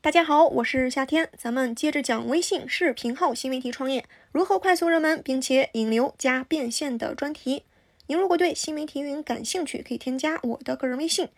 大家好，我是夏天，咱们接着讲微信视频号新媒体创业如何快速热门并且引流加变现的专题。您如果对新媒体运营感兴趣，可以添加我的个人微信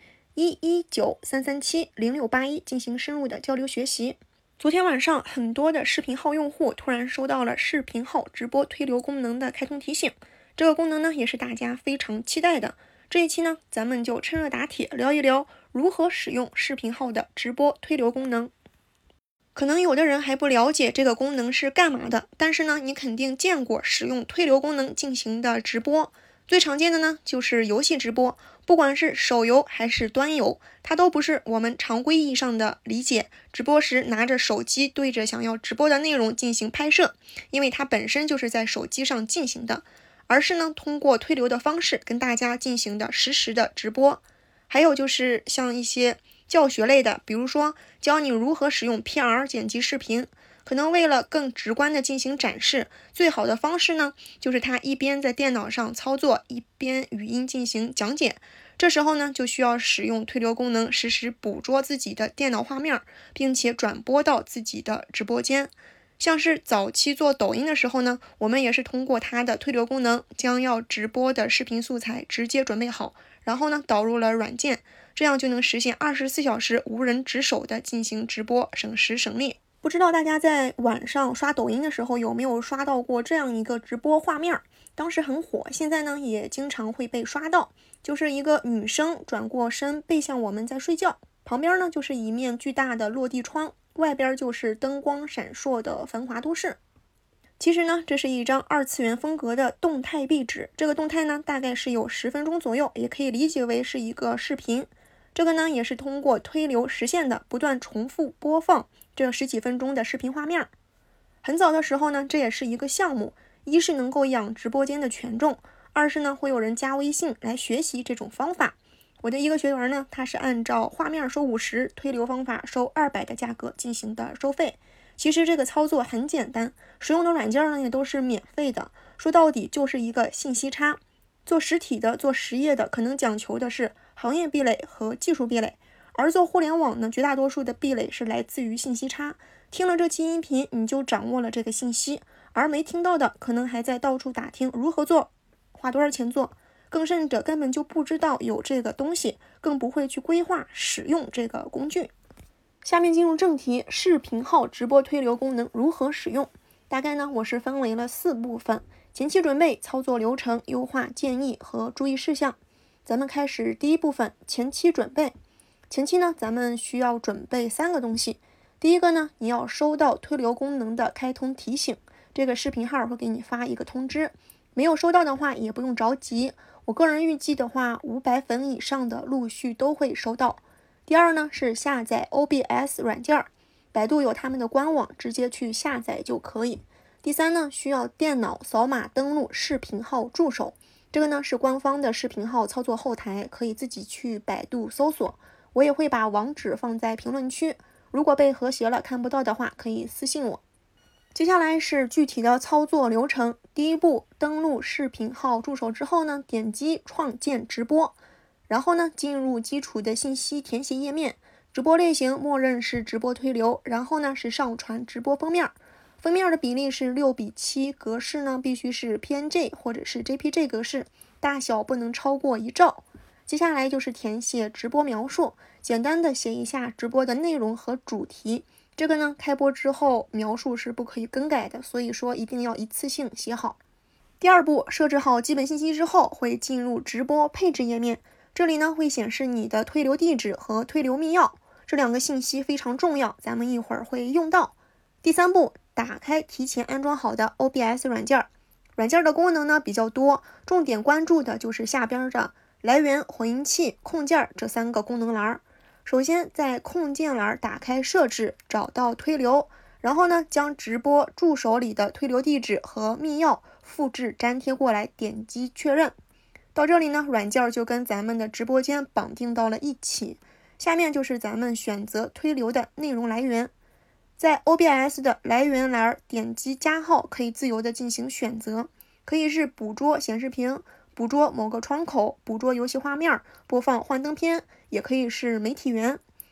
11933708681进行深入的交流学习。昨天晚上，很多的视频号用户突然收到了视频号直播推流功能的开通提醒，这个功能呢也是大家非常期待的。这一期呢，咱们就趁热打铁聊一聊如何使用视频号的直播推流功能。可能有的人还不了解这个功能是干嘛的，但是呢，你肯定见过使用推流功能进行的直播。最常见的呢，就是游戏直播，不管是手游还是端游，它都不是我们常规意义上的理解直播时拿着手机对着想要直播的内容进行拍摄，因为它本身就是在手机上进行的，而是呢，通过推流的方式跟大家进行的实时的直播。还有就是像一些教学类的，比如说教你如何使用 PR 剪辑视频，可能为了更直观的进行展示，最好的方式呢，就是他一边在电脑上操作，一边语音进行讲解。这时候呢，就需要使用推流功能，实时捕捉自己的电脑画面，并且转播到自己的直播间。像是早期做抖音的时候呢，我们也是通过它的推流功能，将要直播的视频素材直接准备好，然后呢，导入了软件，这样就能实现24小时无人值守的进行直播，省时省力。不知道大家在晚上刷抖音的时候有没有刷到过这样一个直播画面？当时很火，现在呢也经常会被刷到，就是一个女生转过身背向我们在睡觉，旁边呢就是一面巨大的落地窗，外边就是灯光闪烁的繁华都市。其实呢，这是一张二次元风格的动态壁纸，这个动态呢大概是有10分钟左右，也可以理解为是一个视频。这个呢也是通过推流实现的，不断重复播放这10几分钟的视频画面。很早的时候呢，这也是一个项目，一是能够养直播间的权重，二是呢会有人加微信来学习这种方法。我的一个学员呢，他是按照画面收50，推流方法收200的价格进行的收费。其实这个操作很简单，使用的软件呢也都是免费的，说到底就是一个信息差。做实体的、做实业的，可能讲求的是行业壁垒和技术壁垒，而做互联网呢，绝大多数的壁垒是来自于信息差。听了这期音频，你就掌握了这个信息，而没听到的，可能还在到处打听如何做，花多少钱做，更甚者根本就不知道有这个东西，更不会去规划使用这个工具。下面进入正题，视频号直播推流功能如何使用？大概呢，我是分为了4部分：前期准备、操作流程、优化建议和注意事项。咱们开始第一部分，前期准备。前期呢，咱们需要准备3个东西。第一个呢，你要收到推流功能的开通提醒，这个视频号会给你发一个通知。没有收到的话，也不用着急。我个人预计的话，500粉以上的陆续都会收到。第二呢，是下载 OBS 软件，百度有他们的官网，直接去下载就可以。第三呢，需要电脑扫码登录视频号助手，这个呢是官方的视频号操作后台，可以自己去百度搜索，我也会把网址放在评论区，如果被和谐了看不到的话，可以私信我。接下来是具体的操作流程。第一步，登录视频号助手之后呢，点击创建直播，然后呢，进入基础的信息填写页面，直播类型默认是直播推流，然后呢是上传直播封面，封面的比例是6:7，格式呢必须是 PNG 或者是 JPG 格式，大小不能超过1兆。接下来就是填写直播描述，简单的写一下直播的内容和主题。这个呢，开播之后描述是不可以更改的，所以说一定要一次性写好。第二步，设置好基本信息之后，会进入直播配置页面。这里呢会显示你的推流地址和推流密钥，这2个信息非常重要，咱们一会儿会用到。第三步，打开提前安装好的 OBS 软件。软件的功能呢比较多，重点关注的就是下边的来源、混音器、控件这3个功能栏。首先在控件栏打开设置，找到推流，然后呢将直播助手里的推流地址和密钥复制粘贴过来，点击确认。到这里呢，软件就跟咱们的直播间绑定到了一起。下面就是咱们选择推流的内容来源，在 OBS 的来源栏点击加号，可以自由的进行选择，可以是捕捉显示屏、捕捉某个窗口、捕捉游戏画面、播放幻灯片，也可以是媒体源。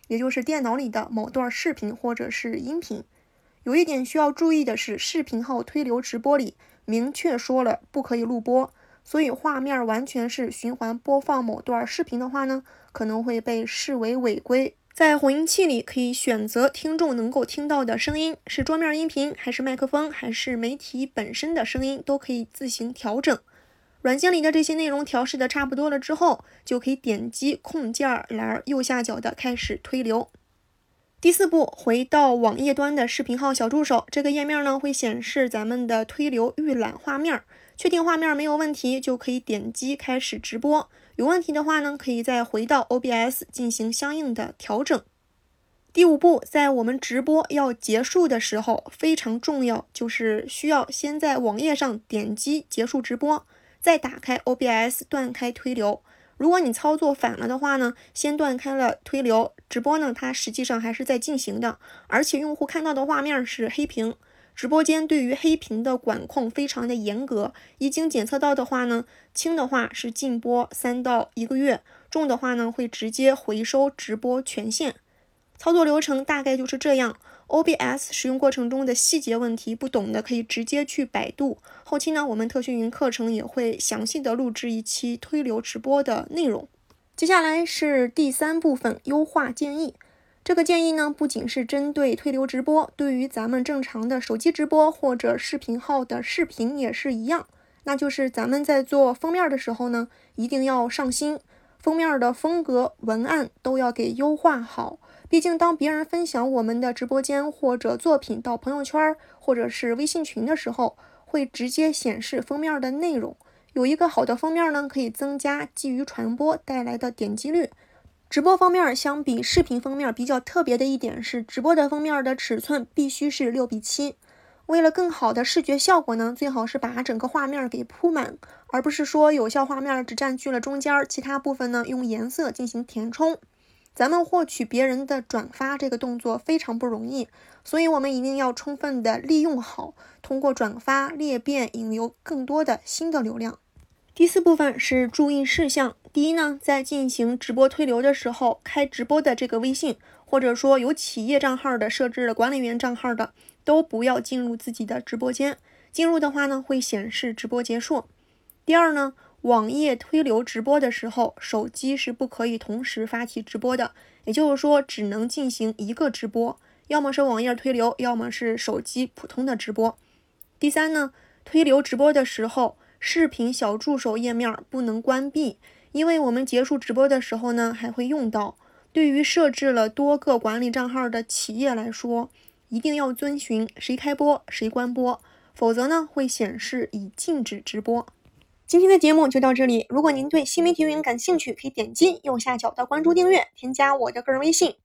也就是电脑里的某段视频或者是音频。有一点需要注意的是，视频号推流直播里明确说了不可以录播，所以画面完全是循环播放某段视频的话呢，可能会被视为违规。在混音器里可以选择听众能够听到的声音，是桌面音频还是麦克风还是媒体本身的声音，都可以自行调整。软件里的这些内容调试的差不多了之后，就可以点击控件栏右下角的开始推流。第4步，回到网页端的视频号小助手，这个页面呢会显示咱们的推流预览画面，确定画面没有问题，就可以点击开始直播。有问题的话呢，可以再回到 OBS 进行相应的调整。第5步，在我们直播要结束的时候，非常重要，就是需要先在网页上点击结束直播，再打开 OBS 断开推流。如果你操作反了的话呢，先断开了推流，直播呢它实际上还是在进行的，而且用户看到的画面是黑屏。直播间对于黑屏的管控非常的严格，一经检测到的话呢，轻的话是禁播3到1个月，重的话呢会直接回收直播权限。操作流程大概就是这样。OBS 使用过程中的细节问题，不懂的可以直接去百度。后期呢，我们特训营课程也会详细的录制一期推流直播的内容。接下来是第3部分，优化建议。这个建议呢，不仅是针对推流直播，对于咱们正常的手机直播或者视频号的视频也是一样。那就是咱们在做封面的时候呢，一定要上心，封面的风格、文案都要给优化好。毕竟当别人分享我们的直播间或者作品到朋友圈或者是微信群的时候，会直接显示封面的内容。有一个好的封面呢，可以增加基于传播带来的点击率。直播封面相比视频封面比较特别的一点是，直播的封面的尺寸必须是6:7。为了更好的视觉效果呢，最好是把整个画面给铺满，而不是说有效画面只占据了中间，其他部分呢用颜色进行填充。咱们获取别人的转发这个动作非常不容易，所以我们一定要充分的利用好，通过转发裂变引流更多的新的流量。第4部分是注意事项。第一呢，在进行直播推流的时候，开直播的这个微信，或者说有企业账号的设置了管理员账号的，都不要进入自己的直播间。进入的话呢，会显示直播结束。第二呢，网页推流直播的时候，手机是不可以同时发起直播的，也就是说只能进行一个直播，要么是网页推流，要么是手机普通的直播。第3呢，推流直播的时候，视频小助手页面不能关闭，因为我们结束直播的时候呢还会用到。对于设置了多个管理账号的企业来说，一定要遵循谁开播谁关播，否则呢会显示已禁止直播。今天的节目就到这里，如果您对新媒体运营感兴趣，可以点击右下角的关注订阅，添加我的个人微信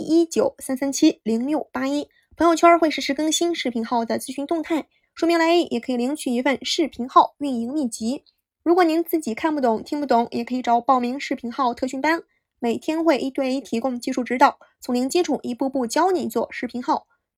11933706681，朋友圈会实时更新视频号的咨询动态，说明来意也可以领取一份视频号运营秘籍。如果您自己看不懂听不懂，也可以找报名视频号特训班，每天会1对1提供技术指导，从零基础一步步教你做视频号。